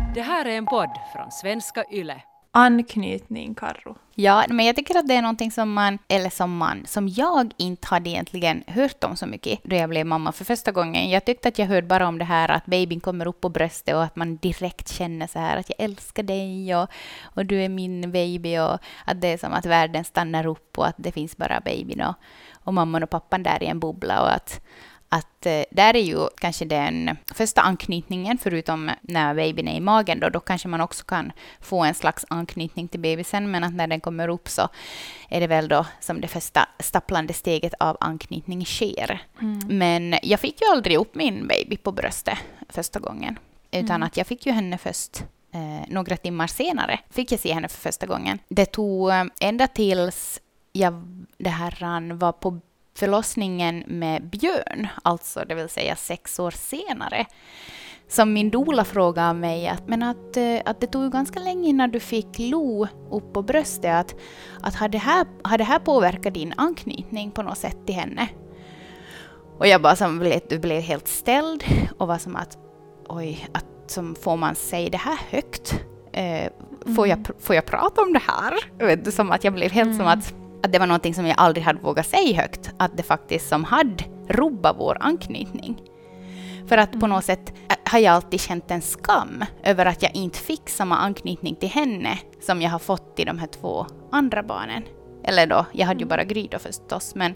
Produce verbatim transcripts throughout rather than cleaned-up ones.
Det här är en podd från Svenska Yle. Anknytning, Karro. Ja, men jag tycker att det är någonting som man, eller som man, som jag inte hade egentligen hört om så mycket då jag blev mamma för första gången. Jag tyckte att jag hörde bara om det här att babyn kommer upp på bröstet och att man direkt känner så här att jag älskar dig och, och du är min baby och att det är som att världen stannar upp och att det finns bara babyn och, och mamman och pappan där i en bubbla och att Att eh, där är ju kanske den första anknytningen, förutom när babyn är i magen, då, då kanske man också kan få en slags anknytning till bebisen, men att när den kommer upp så är det väl då som det första stapplande steget av anknytning sker. Mm. Men jag fick ju aldrig upp min baby på bröstet första gången, utan mm. att jag fick ju henne först eh, några timmar senare, fick jag se henne för första gången. Det tog eh, ända tills jag det här var på förlossningen med Björn, alltså det vill säga sex år senare, som min doula frågade mig att, men att, att det tog ganska länge innan du fick Lo upp på bröstet, att, att hade, det här, hade det här påverkat din anknytning på något sätt till henne? Och jag bara som blev, du blev helt ställd och var som att, oj, att som får man säga det här högt? Eh, får, mm. jag, får jag prata om det här? Vet du, som att jag blev helt mm. som att Att det var någonting som jag aldrig hade vågat säga högt. Att det faktiskt som hade rubbat vår anknytning. För att mm. på något sätt har jag alltid känt en skam över att jag inte fick samma anknytning till henne som jag har fått till de här två andra barnen. Eller då, jag hade ju bara Gry då förstås. Men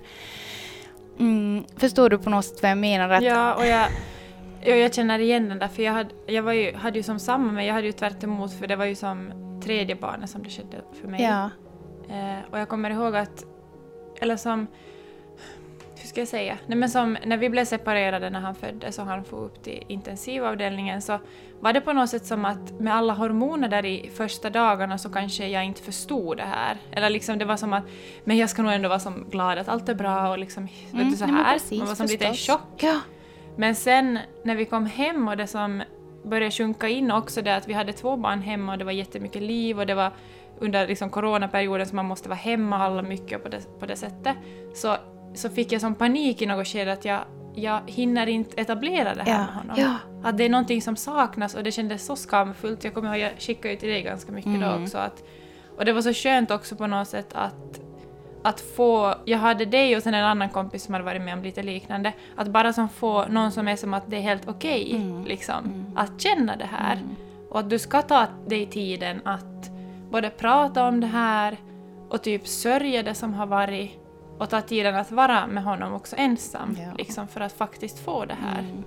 mm, förstår du på något sätt vad jag menar? Att ja, och jag, jag, jag känner igen den där. För jag hade, jag var ju, hade ju som samma, men jag hade ju tvärt emot. För det var ju som tredje barnet som det skedde för mig. Ja. Eh, och jag kommer ihåg att, eller som, hur ska jag säga, nej men som när vi blev separerade när han föddes och han får upp till intensivavdelningen, så var det på något sätt som att med alla hormoner där i första dagarna så kanske jag inte förstod det här. Eller liksom det var som att, men jag ska nog ändå vara som glad att allt är bra och liksom, mm, vet du, så här. Precis, man var som förstås. lite i chock. Ja. Men sen när vi kom hem och det som började sjunka in också det att vi hade två barn hemma och det var jättemycket liv och det var under liksom coronaperioden så man måste vara hemma alla mycket på det, på det sättet, så, så fick jag som panik i något skede att jag, jag hinner inte etablera det här ja, med honom. Ja. Att det är någonting som saknas och det kändes så skamfullt. Jag kommer ihåg, jag skickade ju till dig ganska mycket mm. då också. Att, och det var så skönt också på något sätt att, att få, jag hade dig och sen en annan kompis som hade varit med om lite liknande, att bara som få någon som är som att det är helt okej okay, mm. liksom, mm. att känna det här. Mm. Och att du ska ta dig tiden att både prata om det här och typ sörja det som har varit och ta tiden att vara med honom också ensam, ja. liksom, för att faktiskt få det här. Mm.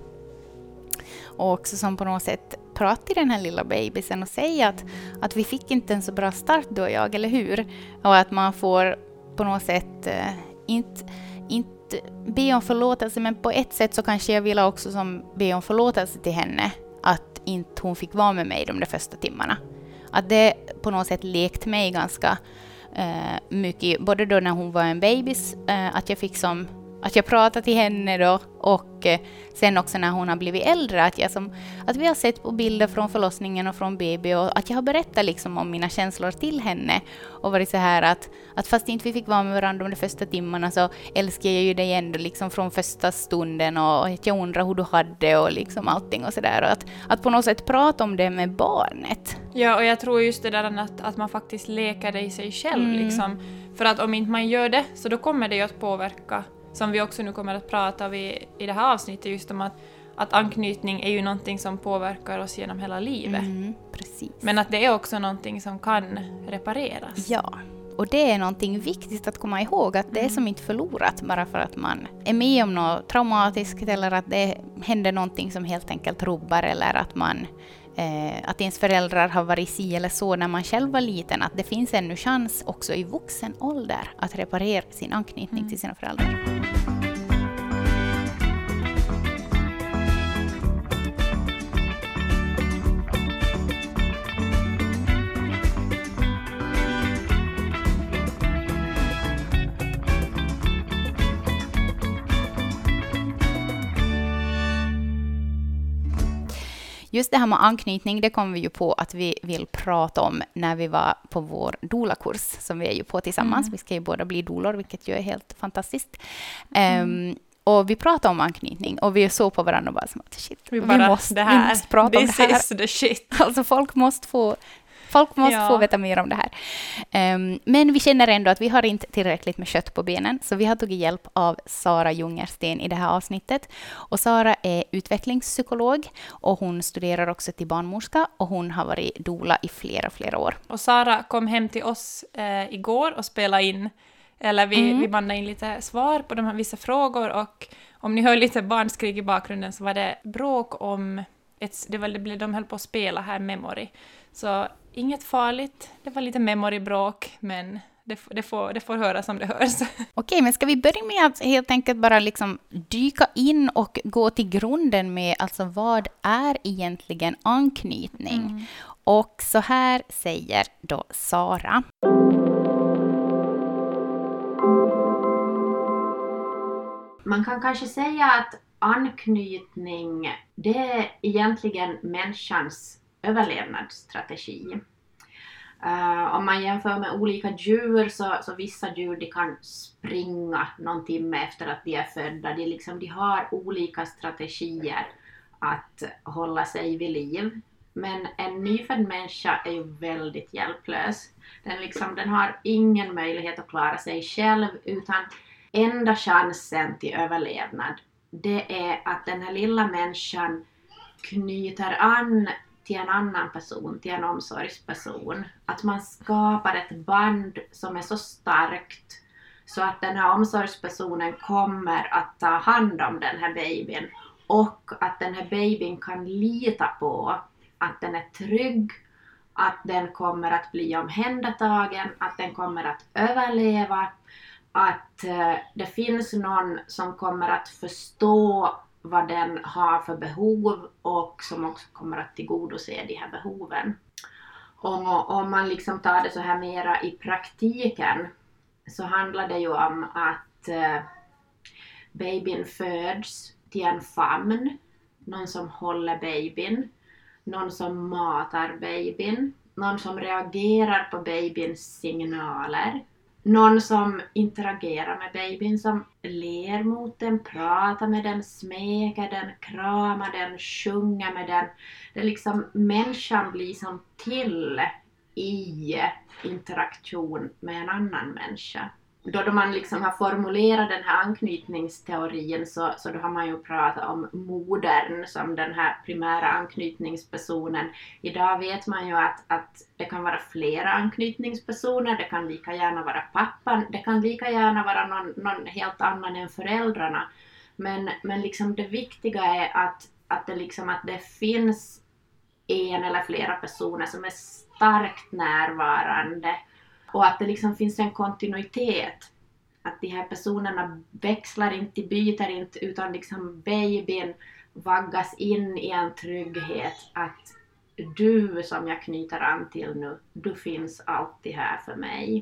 Och också som på något sätt prata till den här lilla babysen och säga att, att vi fick inte en så bra start du och jag, eller hur? Och att man får på något sätt eh, inte, inte be om förlåtelse, men på ett sätt så kanske jag ville också som be om förlåtelse till henne att inte hon fick vara med mig de där första timmarna. Att det på något sätt lekt mig ganska eh, mycket, både då när hon var en babys, eh, att jag fick som, att jag pratade till henne då, och eh, sen också när hon har blivit äldre, att, jag som, att vi har sett på bilder från förlossningen och från baby och att jag har berättat liksom om mina känslor till henne och varit så här att, att fast inte vi fick vara med varandra de första timmarna så älskar jag ju dig ändå liksom från första stunden och att jag undrar hur du hade och liksom allting och sådär, och att, att på något sätt prata om det med barnet. Ja, och jag tror just det där att, att man faktiskt leker det i sig själv mm. liksom, för att om inte man gör det så då kommer det ju att påverka, som vi också nu kommer att prata om i, i det här avsnittet, just om att, att anknytning är ju någonting som påverkar oss genom hela livet. Mm, precis. Men att det är också någonting som kan repareras. Ja, och det är någonting viktigt att komma ihåg, att det är som inte förlorat bara för att man är med om något traumatiskt eller att det händer någonting som helt enkelt rubbar, eller att man Eh, att ens föräldrar har varit si eller så när man själv var liten, att det finns ännu chans också i vuxen ålder att reparera sin anknytning mm. till sina föräldrar. Just det här med anknytning, det kom vi ju på att vi vill prata om när vi var på vår doula-kurs som vi är ju på tillsammans. Mm. Vi ska ju båda bli doulor, vilket ju är helt fantastiskt. Mm. Um, Och vi pratade om anknytning och vi såg på varandra och bara som att shit, vi, bara, vi, måste, det här, vi måste prata om det här. This is the shit. Alltså folk måste få... Folk måste ja. få veta mer om det här. Um, men vi känner ändå att vi har inte tillräckligt med kött på benen. Så vi har tagit hjälp av Sara Jungersten i det här avsnittet. Och Sara är utvecklingspsykolog. Och hon studerar också till barnmorska. Och hon har varit doula i flera, flera år. Och Sara kom hem till oss eh, igår och spelade in. Eller vi, mm. vi bandade in lite svar på de här vissa frågor. Och om ni hör lite barnskrig i bakgrunden så var det bråk om... Ett, det var, det blev, de höll på att spela här Memory. Så inget farligt. Det var lite memorybråk, men det, det, får, det får höra som det hörs. Okej, men ska vi börja med att helt enkelt bara liksom dyka in och gå till grunden med alltså vad är egentligen anknytning? Mm. Och så här säger då Sara. Man kan kanske säga att anknytning, det är egentligen människans överlevnadsstrategi. Uh, om man jämför med olika djur så, så vissa djur de kan springa någon timme efter att de är födda. De, liksom, de har olika strategier att hålla sig vid liv. Men en nyfödd människa är ju väldigt hjälplös. Den, liksom, den har ingen möjlighet att klara sig själv, utan enda chansen till överlevnad det är att den här lilla människan knyter an till en annan person, till en omsorgsperson. Att man skapar ett band som är så starkt så att den här omsorgspersonen kommer att ta hand om den här babyn. Och att den här babyn kan lita på att den är trygg, att den kommer att bli omhändertagen, att den kommer att överleva. Att eh, det finns någon som kommer att förstå vad den har för behov och som också kommer att tillgodose de här behoven. Och om man liksom tar det så här mera i praktiken så handlar det ju om att eh, babyn föds till en famn, någon som håller babyn, någon som matar babyn, någon som reagerar på babyns signaler. Någon som interagerar med babyn, som ler mot den, pratar med den, smeker den, kramar den, sjunger med den. Det är liksom människan blir som till i interaktion med en annan människa. Då, då man liksom har formulerat den här anknytningsteorin så, så då har man ju pratat om modern som den här primära anknytningspersonen. Idag vet man ju att, att det kan vara flera anknytningspersoner, det kan lika gärna vara pappan, det kan lika gärna vara någon, någon helt annan än föräldrarna. Men, men liksom det viktiga är att, att, det liksom, att det finns en eller flera personer som är starkt närvarande. Och att det liksom finns en kontinuitet. Att de här personerna växlar inte, byter inte, utan liksom babyn vaggas in i en trygghet. Att du som jag knyter an till nu, du finns alltid här för mig.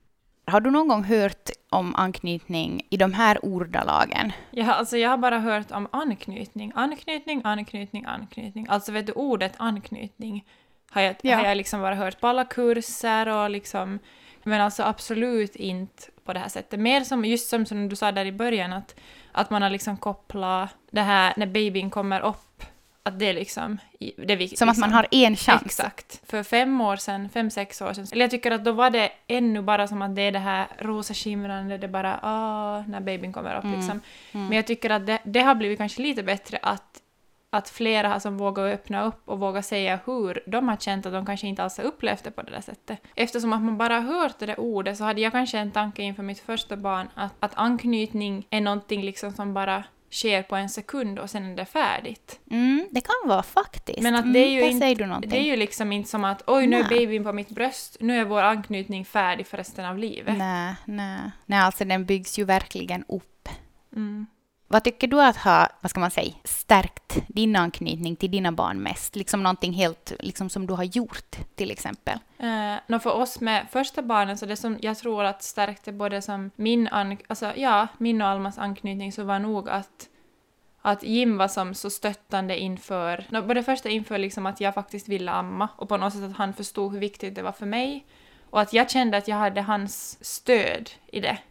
Har du någon gång hört om anknytning i de här ordalagen? Ja, alltså jag har bara hört om anknytning. Anknytning, anknytning, anknytning. Alltså vet du, ordet anknytning har jag, ja. har jag liksom bara hört på alla kurser och liksom, men alltså absolut inte på det här sättet. Mer som, just som, som du sa där i början, att, att man har liksom kopplat det här när babyn kommer upp, att det är liksom, det är viktigt. Som att man har en chans. Exakt. För fem år sedan, fem, sex år sedan, eller jag tycker att då var det ännu bara som att det är det här rosa skimrande, det är bara, ah, när babyn kommer upp mm. liksom. Mm. Men jag tycker att det, det har blivit kanske lite bättre att att flera har som vågar öppna upp och vågar säga hur de har känt att de kanske inte alls har upplevt det på det där sättet. Eftersom att man bara har hört det där ordet så hade jag kanske en tanke inför mitt första barn att, att anknytning är någonting liksom som bara sker på en sekund och sen är det färdigt. Mm, det kan vara faktiskt. Men att det är ju mm, inte, det är ju liksom inte som att oj, nu är babyn på mitt bröst, nu är vår anknytning färdig för resten av livet. Nej, nej. Nej, alltså den byggs ju verkligen upp. Mm. Vad tycker du att ha, vad ska man säga, stärkt din anknytning till dina barn mest? Liksom någonting helt liksom som du har gjort till exempel. Eh, för oss med första barnen så det som jag tror att stärkte både som min, an, alltså, ja, min och Almas anknytning så var nog att, att Jim var som så stöttande inför, no, både första inför liksom att jag faktiskt ville amma och på något sätt att han förstod hur viktigt det var för mig och att jag kände att jag hade hans stöd i det.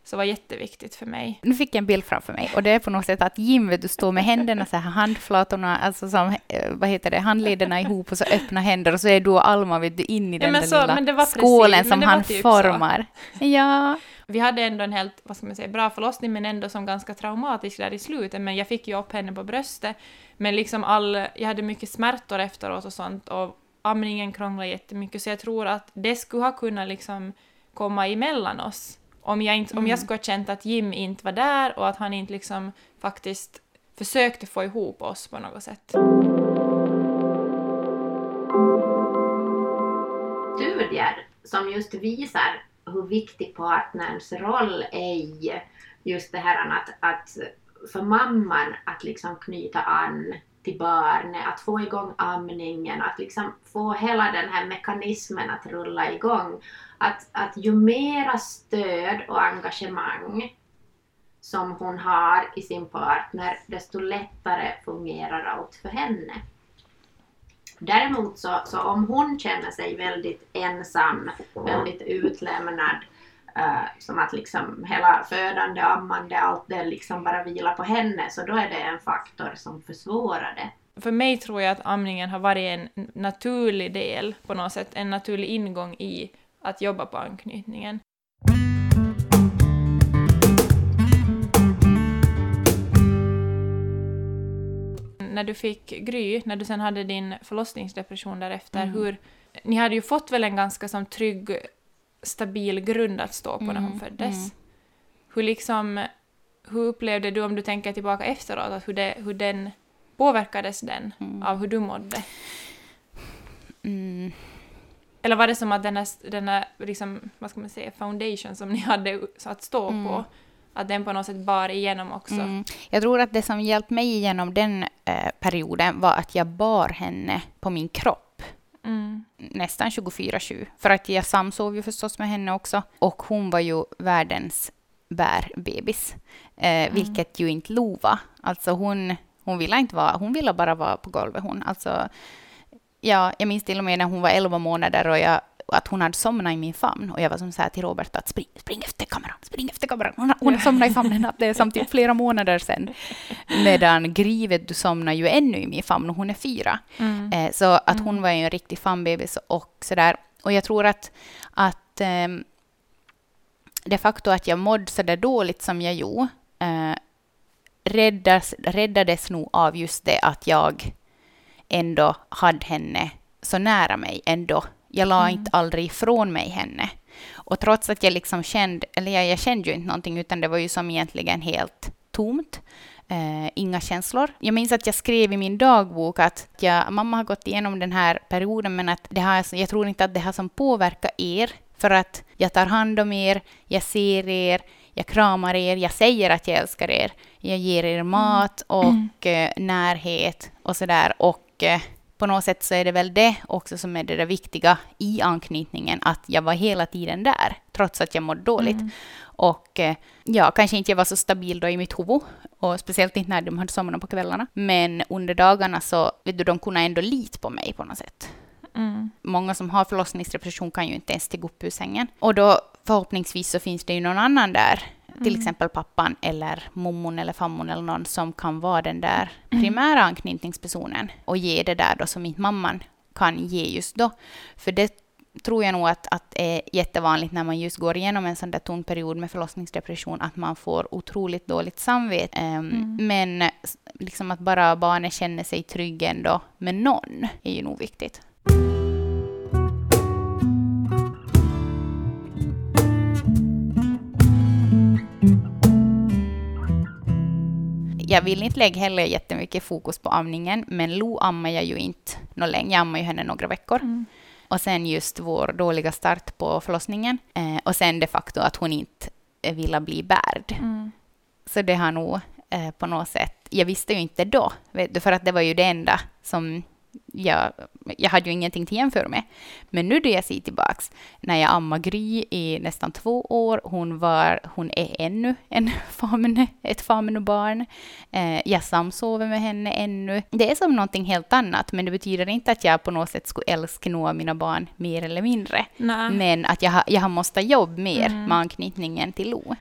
så var jätteviktigt för mig. Nu fick jag en bild framför mig och det är på något sätt att Jim, du står med händerna så här, handflatorna, alltså som, vad heter det, handlederna ihop och så öppna händer och så är du och Alma vet du, in i den ja, där så, lilla men det var skålen precis, som han typ formar. Så. Ja. Vi hade ändå en helt, vad ska man säga, bra förlossning men ändå som ganska traumatisk där i slutet, men jag fick ju upp henne på bröstet, men liksom all, jag hade mycket smärtor efteråt och sånt och amningen krånglade jättemycket, så jag tror att det skulle ha kunnat liksom komma emellan oss. Om jag, inte, mm. om jag skulle ha känt att Jim inte var där och att han inte liksom faktiskt försökte få ihop oss på något sätt. Studier som just visar hur viktig partnerns roll är i just det här att, att för mamman att liksom knyta an till barnet, att få igång amningen, att liksom få hela den här mekanismen att rulla igång. Att, att ju mera stöd och engagemang som hon har i sin partner, desto lättare fungerar allt för henne. Däremot så, så om hon känner sig väldigt ensam, väldigt utlämnad, uh, som att liksom hela födande, ammande, allt det liksom bara vilar på henne, så då är det en faktor som försvårar det. För mig tror jag att amningen har varit en naturlig del på något sätt, en naturlig ingång i att jobba på anknytningen. När du fick Gry, när du sen hade din förlossningsdepression därefter, mm. hur, ni hade ju fått väl en ganska som trygg, stabil grund att stå på mm. när hon föddes. Mm. Hur liksom, hur upplevde du, om du tänker tillbaka efteråt, att hur, det, hur den påverkades den mm. av hur du mådde? Mm. Eller var det som att den här, den här liksom, vad ska man säga, foundation som ni hade att stå mm. på, att den på något sätt bar igenom också? Mm. Jag tror att det som hjälpte mig igenom den eh, perioden var att jag bar henne på min kropp. Mm. Nästan tjugofyra sju. För att jag samsov ju förstås med henne också. Och hon var ju världens bärbebis. Eh, mm. Vilket ju inte Lo var. Alltså hon, hon ville inte vara, hon ville bara vara på golvet. Hon, alltså, ja, jag minns till och med när hon var elva månader och jag, att hon hade somnat i min famn. Och jag var som så här till Robert att spring, spring efter kameran, spring efter kameran. Hon, hon somnade i famnen, att det är samtidigt flera månader sedan. Medan Grivet, du somnar ju ännu i min famn och hon är fyra. Mm. Eh, så att hon var ju en riktig famnbebis och sådär. Och jag tror att, att eh, det faktum att jag mådde så där dåligt som jag gjorde eh, räddas, räddades nog av just det att jag ändå hade henne så nära mig ändå. Jag la mm. inte aldrig ifrån mig henne. Och trots att jag liksom kände, eller jag, jag kände ju inte någonting, utan det var ju som egentligen helt tomt. Eh, inga känslor. Jag minns att jag skrev i min dagbok att jag, mamma har gått igenom den här perioden, men att det har, jag tror inte att det har som påverkat er. För att jag tar hand om er, jag ser er, jag kramar er, jag säger att jag älskar er. Jag ger er mat och mm. eh, närhet och sådär. Och eh, på något sätt så är det väl det också som är det där viktiga i anknytningen. Att jag var hela tiden där, trots att jag mådde dåligt. Mm. Och eh, ja, kanske inte jag var så stabil då i mitt huvud. Och speciellt inte när de hade somnat på kvällarna. Men under dagarna så, vet du, de kunde ändå lita på mig på något sätt. Mm. Många som har förlossningsdepression kan ju inte ens stiga upp ur sängen. Och då förhoppningsvis så finns det ju någon annan där. Mm. Till exempel pappan eller mommon eller fammon eller någon som kan vara den där primära anknytningspersonen. Och ge det där då som inte mamman kan ge just då. För det tror jag nog att, att är jättevanligt när man just går igenom en sån där tung period med förlossningsdepression. Att man får otroligt dåligt samvete. Um, mm. Men liksom att bara barnet känner sig trygg ändå med någon är ju nog viktigt. Jag vill inte lägga heller jättemycket fokus på amningen, men Lo ammar jag ju inte något länge. Jag ammar ju henne några veckor. Mm. Och sen just vår dåliga start på förlossningen. Eh, och sen det faktum att hon inte ville bli bärd. Mm. Så det har nog eh, på något sätt... Jag visste ju inte då, vet du, för att det var ju det enda som jag, jag hade ju ingenting till jämföra med. Men nu då jag ser tillbaks, när jag ammar Gry i nästan två år, hon, var, hon är ännu en famine, ett famine-barn. Eh, jag samsover med henne ännu. Det är som någonting helt annat, men det betyder inte att jag på något sätt skulle älska några av mina barn mer eller mindre. Nej. Men att jag, ha, jag har måste jobba mer Mm. med anknytningen till Lo.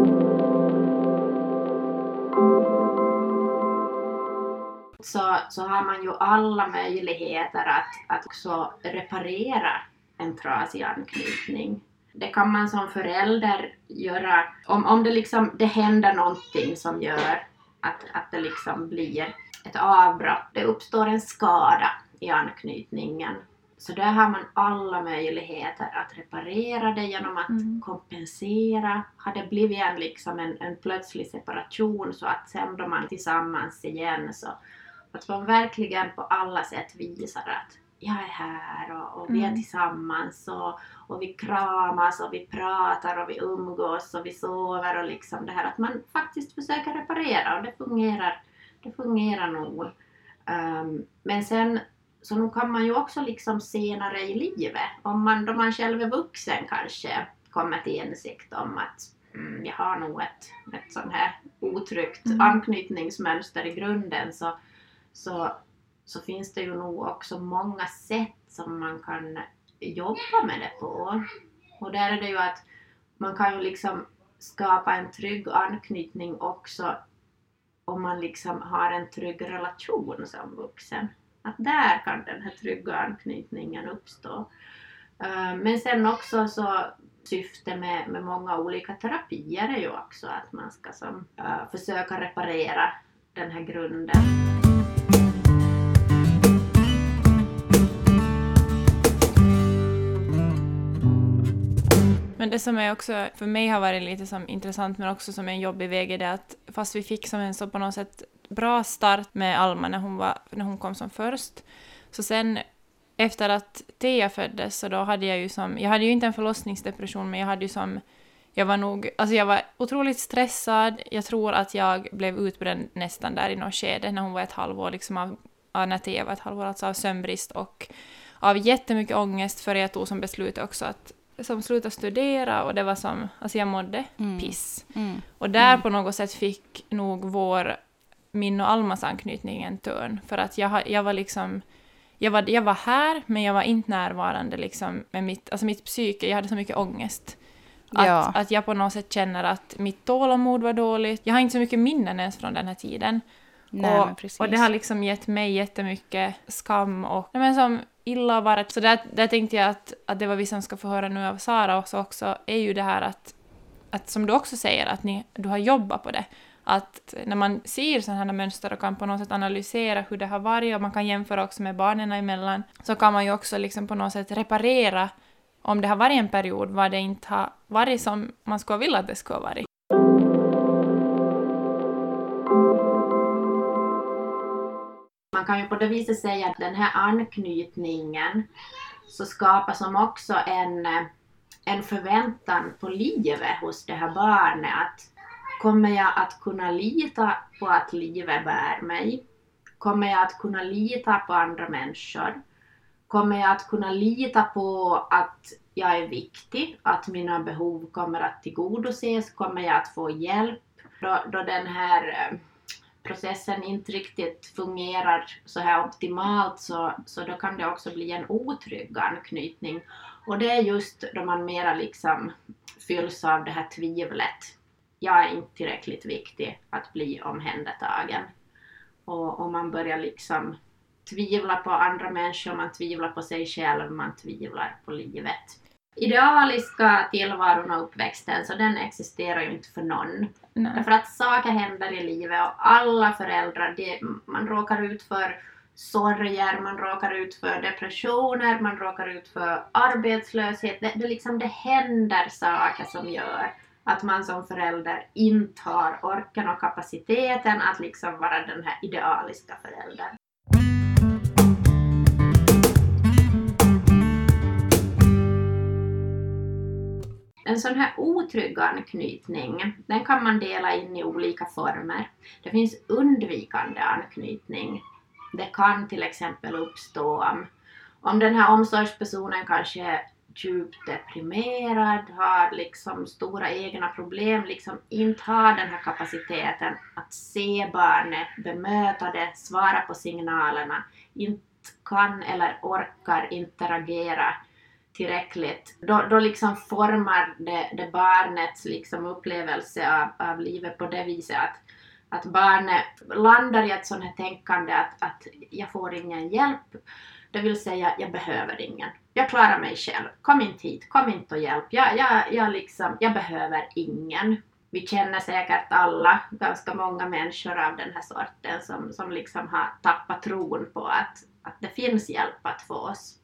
Så, så har man ju alla möjligheter att, att också reparera en trasig anknytning. Det kan man som förälder göra om, om det, liksom, det händer någonting som gör att, att det liksom blir ett avbrott. Det uppstår en skada i anknytningen. Så där har man alla möjligheter att reparera det genom att Mm. kompensera. Har det blivit en, liksom en, en plötslig separation så att sen då man tillsammans igen så att man verkligen på alla sätt visar att jag är här och, och vi är Mm. tillsammans och, och vi kramas och vi pratar och vi umgås och vi sover och liksom det här att man faktiskt försöker reparera och det fungerar, det fungerar nog. Um, men sen så nu kan man ju också liksom senare i livet, om man, då man själv är vuxen kanske kommer till insikt om att mm, jag har nog ett, ett sån här otryggt Mm. anknytningsmönster i grunden så Så, så finns det ju nog också många sätt som man kan jobba med det på. Och där är det ju att man kan ju liksom skapa en trygg anknytning också om man liksom har en trygg relation som vuxen. Att där kan den här trygga anknytningen uppstå. Uh, men sen också så syfte med, med många olika terapier är ju också att man ska som, uh, försöka reparera den här grunden. Men det som är också, för mig har varit lite som intressant men också som en jobbig väg är det att fast vi fick som en så på något sätt bra start med Alma när hon, var, när hon kom som först. Så sen efter att Thea föddes så då hade jag ju som, jag hade ju inte en förlossningsdepression men jag hade ju som, jag var nog, alltså jag var otroligt stressad. Jag tror att jag blev utbränd nästan där i något skede när hon var ett halvår liksom av, av när Thea var ett halvår, alltså av sömnbrist och av jättemycket ångest för jag tog som beslut också att som slutade studera och det var som, alltså jag mådde Mm. piss. Mm. Och där Mm. på något sätt fick nog vår, min och Almas anknytning en törn. För att jag, har- jag var liksom, jag var, jag var här men jag var inte närvarande liksom med mitt, alltså mitt psyke, jag hade så mycket ångest. Att, Ja. att jag på något sätt känner att mitt tålamod var dåligt. Jag har inte så mycket minnen ens från den här tiden. Nej, men och, precis. och det har liksom gett mig jättemycket skam och nej, men som illa att vara. Så där, där tänkte jag att, att det var vi som ska få höra nu av Sara också, också är ju det här att, att som du också säger, att ni, du har jobbat på det. Att när man ser sådana här mönster och kan på något sätt analysera hur det har varit och man kan jämföra också med barnen emellan så kan man ju också liksom på något sätt reparera om det har varit en period var det inte har varit som man skulle vilja att det skulle ha varit. Man kan ju på det viset säga att den här anknytningen så skapar som också en, en förväntan på livet hos det här barnet. Att kommer jag att kunna lita på att livet bär mig? Kommer jag att kunna lita på andra människor? Kommer jag att kunna lita på att jag är viktig? Att mina behov kommer att tillgodoses? Kommer jag att få hjälp? Då, då den här processen inte riktigt fungerar så här optimalt så, så då kan det också bli en otrygg anknytning. Och det är just då man mera liksom fylls av det här tvivlet. Jag är inte tillräckligt viktig att bli omhändertagen. Och, och man börjar liksom tvivla på andra människor, man tvivlar på sig själv, man tvivlar på livet. Idealiska tillvaron och uppväxten, så den existerar ju inte för någon. Nej. Därför att saker händer i livet och alla föräldrar, det, man råkar ut för sorger, man råkar ut för depressioner, man råkar ut för arbetslöshet. Det, det, liksom, det händer saker som gör att man som förälder inte har orken och kapaciteten att liksom vara den här idealiska föräldern. En sån här otrygg anknytning, den kan man dela in i olika former. Det finns undvikande anknytning. Det kan till exempel uppstå om, om den här omsorgspersonen kanske är djupt deprimerad, har liksom stora egna problem, liksom inte har den här kapaciteten att se barnet, bemöta det, svara på signalerna, inte kan eller orkar interagera tillräckligt, då, då liksom formar det, det barnets liksom upplevelse av, av livet på det viset att, att barnet landar i ett sånt här tänkande att, att jag får ingen hjälp, det vill säga jag behöver ingen, jag klarar mig själv, kom inte hit, kom inte och hjälp, jag, jag, jag, liksom, jag behöver ingen. Vi känner säkert alla ganska många människor av den här sorten som, som liksom har tappat tron på att, att det finns hjälp att få oss.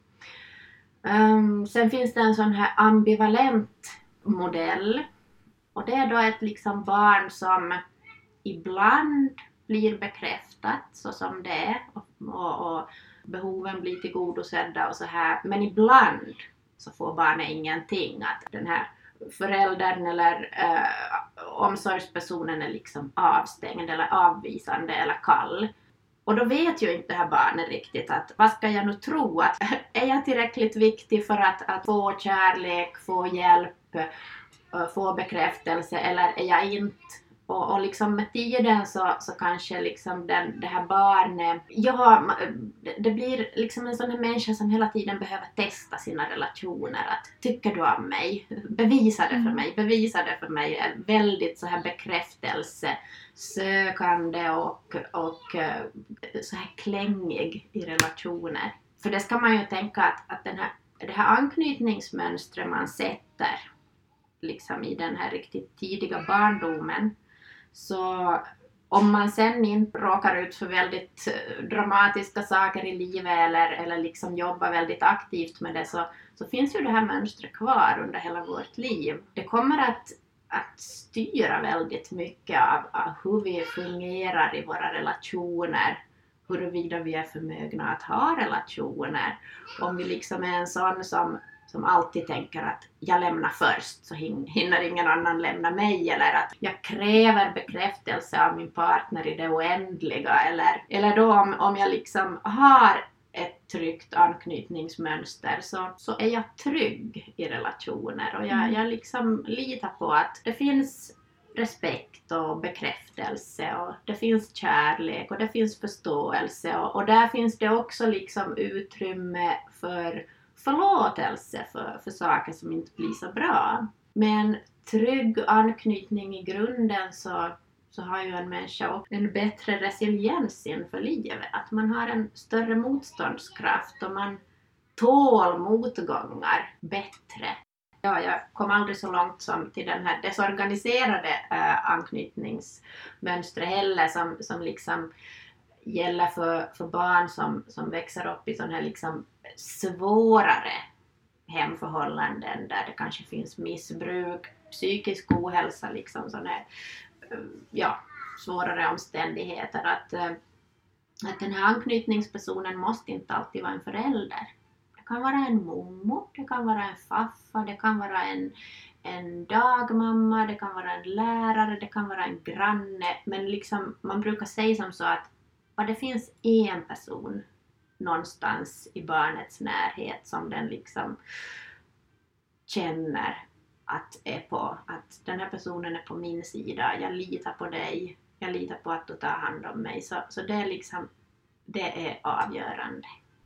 Um, sen finns det en sån här ambivalent modell, och det är då ett liksom barn som ibland blir bekräftat så som det är och, och, och behoven blir tillgodosedda och så här, men ibland så får barnet ingenting, att den här föräldern eller eh, omsorgspersonen är liksom avstängd eller avvisande eller kall. Och då vet ju inte det här barnet riktigt att vad ska jag nu tro, att är jag tillräckligt viktig för att, att få kärlek, få hjälp, få bekräftelse, eller är jag inte? Och, och liksom med tiden så, så kanske liksom den, det här barnet, ja, det blir liksom en sån här människa som hela tiden behöver testa sina relationer. Att tycker du om mig? Bevisa det för mig, bevisa det för mig. Är väldigt så här bekräftelsesökande och, och så här klängig i relationer. För det ska man ju tänka att, att den här, det här anknytningsmönstret man sätter liksom i den här riktigt tidiga barndomen, så om man sen inte råkar ut för väldigt dramatiska saker i livet eller, eller liksom jobbar väldigt aktivt med det, så, så finns ju det här mönstret kvar under hela vårt liv. Det kommer att, att styra väldigt mycket av, av hur vi fungerar i våra relationer, huruvida vi är förmögna att ha relationer. Om vi liksom är en sån som som alltid tänker att jag lämnar först så hinner ingen annan lämna mig, eller att jag kräver bekräftelse av min partner i det oändliga, eller, eller då om, om jag liksom har ett tryggt anknytningsmönster så, så är jag trygg i relationer, och jag, jag liksom litar på att det finns respekt och bekräftelse, och det finns kärlek och det finns förståelse, och, och där finns det också liksom utrymme för förlåtelse för, för saker som inte blir så bra. Men trygg anknytning i grunden, så, så har ju en människa en bättre resiliens inför livet. Att man har en större motståndskraft och man tål motgångar bättre. Ja, jag kom aldrig så långt som till den här desorganiserade äh, anknytningsmönstret heller, som, som liksom gäller för, för barn som, som växer upp i sån här liksom svårare hemförhållanden där det kanske finns missbruk, psykisk ohälsa, liksom sån här, ja, svårare omständigheter. Att, att den här anknytningspersonen måste inte alltid vara en förälder. Det kan vara en mommo, det kan vara en faffa, det kan vara en, en dagmamma, det kan vara en lärare, det kan vara en granne. Men liksom, man brukar säga som så att och det finns en person någonstans i barnets närhet som den liksom känner att är på, att den här personen är på min sida, jag litar på dig, jag litar på att du tar hand om mig. Så, så det är liksom, det är avgörande.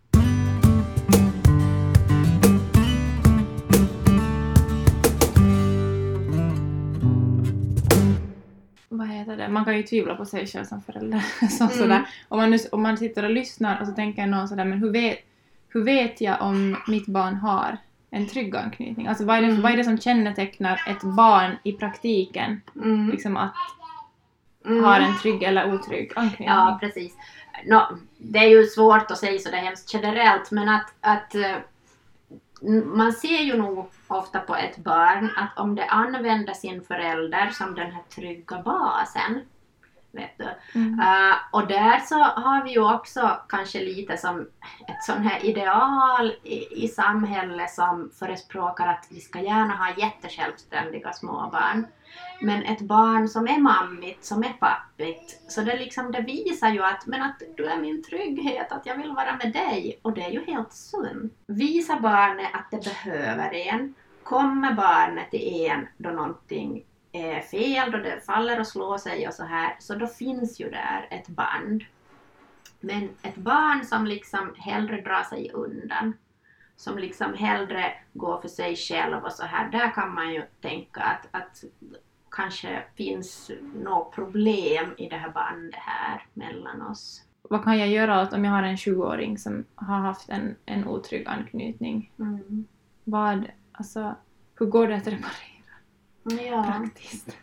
Vad heter det? Man kan ju tvivla på sig själv som förälder. så, Mm. sådär. Om, man nu, om man sitter och lyssnar och så tänker någon sådär, men hur vet, hur vet jag om mitt barn har en trygg anknytning? Alltså vad är det, Mm. vad är det som kännetecknar ett barn i praktiken? Mm. Liksom att Mm. ha en trygg eller otrygg anknytning? Ja, precis. No, det är ju svårt att säga så det är hemskt generellt, men att, att man ser ju nog ofta på ett barn att om det använder sin förälder som den här trygga basen, Vet du? Mm. Uh, och där så har vi ju också kanske lite som ett sån här ideal i, i samhället som förespråkar att vi ska gärna ha jättesjälvständiga småbarn. Men ett barn som är mammigt, som är pappigt, så det, liksom, det visar ju att, men att du är min trygghet, att jag vill vara med dig. Och det är ju helt sunt. Visa barnet att det behöver en. Kommer barnet till en då någonting är fel, då det faller och slår sig och så här, så då finns ju där ett band. Men ett barn som liksom hellre drar sig undan, som liksom hellre går för sig själv och så här, där kan man ju tänka att, att kanske finns något problem i det här bandet här mellan oss. Vad kan jag göra åt om jag har en tjugoåring som har haft en, en otrygg anknytning? Mm. Vad, alltså, hur går det att reparera? Ja. Praktiskt.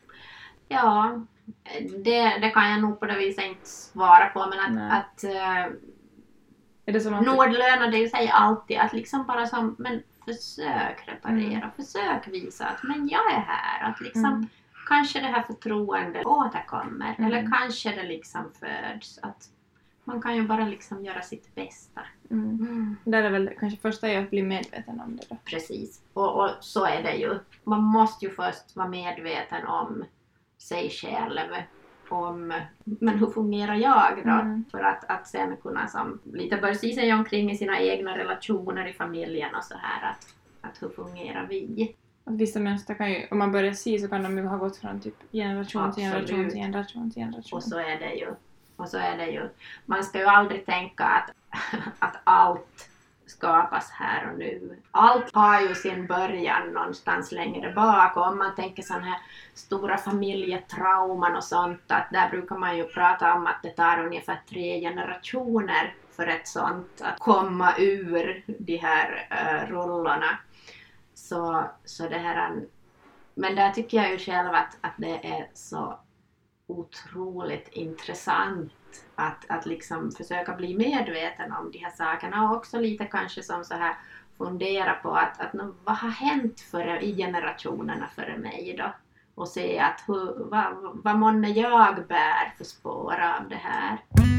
Ja, det, det kan jag nog på det viset inte svara på, men att, att uh, är det som att Nord lönar det ju sig alltid att liksom bara som, men försök reparera, Mm. försök visa att men jag är här, att liksom Mm. kanske det här förtroendet återkommer, Mm. eller kanske det liksom föds, att man kan ju bara liksom göra sitt bästa. Mm. Mm. Där är väl kanske första är att bli medveten om det då. Precis, och, och så är det ju. Man måste ju först vara medveten om sig själv, om men hur fungerar jag då? Mm. För att, att sen kunna som, lite börja se sig omkring i sina egna relationer i familjen och så här, att, att hur fungerar vi? Att vissa människor kan ju, om man börjar se så kan de ju ha gått från typ generation till Absolut. generation till generation till generation. Och så är det ju. Och så är det ju. Man ska ju aldrig tänka att, att allt skapas här och nu. Allt har ju sin början någonstans längre bak. Och om man tänker sådana här stora familjetrauman och sånt, att där brukar man ju prata om att det tar ungefär tre generationer för ett sånt att komma ur de här uh, rullorna. Så, så det här, men där tycker jag ju själv att, att det är så otroligt intressant att, att liksom försöka bli medveten om de här sakerna, och också lite kanske som så här fundera på att, att vad har hänt för, i generationerna före mig då, och se att hur, vad, vad månne jag bär för spår av det här.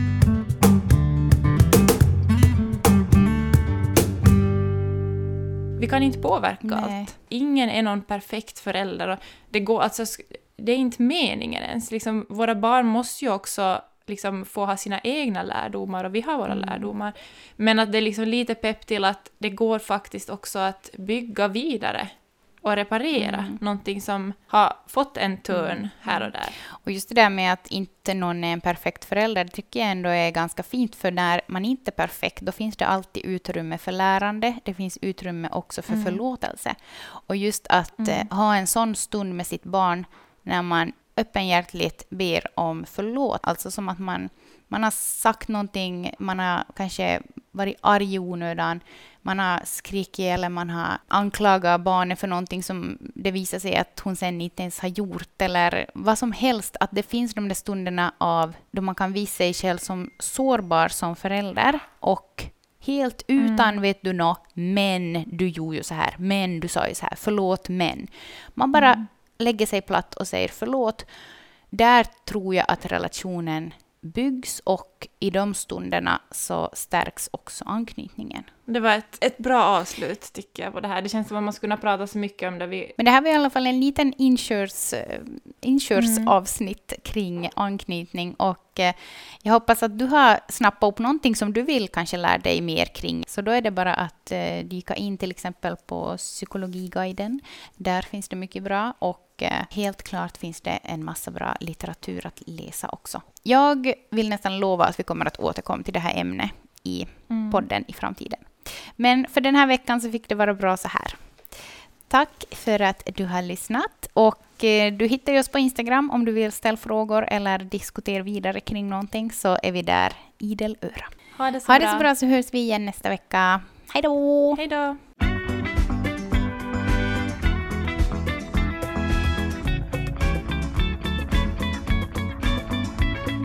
Vi kan inte påverka Nej. allt. Ingen är någon perfekt förälder. Och det, går, alltså, det är inte meningen ens. Liksom, våra barn måste ju också liksom, få ha sina egna lärdomar, och vi har våra Mm. lärdomar. Men att det är liksom lite pepp till att det går faktiskt också att bygga vidare och reparera Mm. någonting som har fått en törn här och där. Och just det där med att inte någon är en perfekt förälder, det tycker jag ändå är ganska fint, för när man inte är perfekt, då finns det alltid utrymme för lärande, det finns utrymme också för Mm. förlåtelse. Och just att Mm. eh, ha en sån stund med sitt barn när man öppenhjärtligt ber om förlåt, alltså som att man, man har sagt någonting, man har kanske varit arg i onödan, man har skrikit eller man har anklagat barnet för någonting som det visar sig att hon sen inte ens har gjort, eller vad som helst, att det finns de där stunderna av då man kan visa sig själv som sårbar som förälder, och helt utan Mm. vet du nå, men du gjorde ju så här, men du sa ju så här, förlåt men. Man bara Mm. lägger sig platt och säger förlåt. Där tror jag att relationen byggs, och i de stunderna så stärks också anknytningen. Det var ett, ett bra avslut tycker jag på det här. Det känns som att man skulle kunna prata så mycket om det. Vi... Men det här var i alla fall en liten inkörs, eh, inkörsavsnitt Mm. kring anknytning, och eh, jag hoppas att du har snappat upp någonting som du vill kanske lära dig mer kring. Så då är det bara att eh, dyka in till exempel på Psykologiguiden. Där finns det mycket bra, och eh, helt klart finns det en massa bra litteratur att läsa också. Jag vill nästan lova att vi kommer att återkomma till det här ämnet i Mm. podden i framtiden. Men för den här veckan så fick det vara bra så här. Tack för att du har lyssnat, och eh, du hittar oss på Instagram om du vill ställa frågor eller diskutera vidare kring någonting, så är vi där idel öra. Ha det så Ha bra. det så bra, så hörs vi igen nästa vecka. Hej då! Hej då!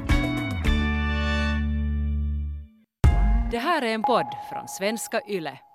Det här är en podd från svenska Yle.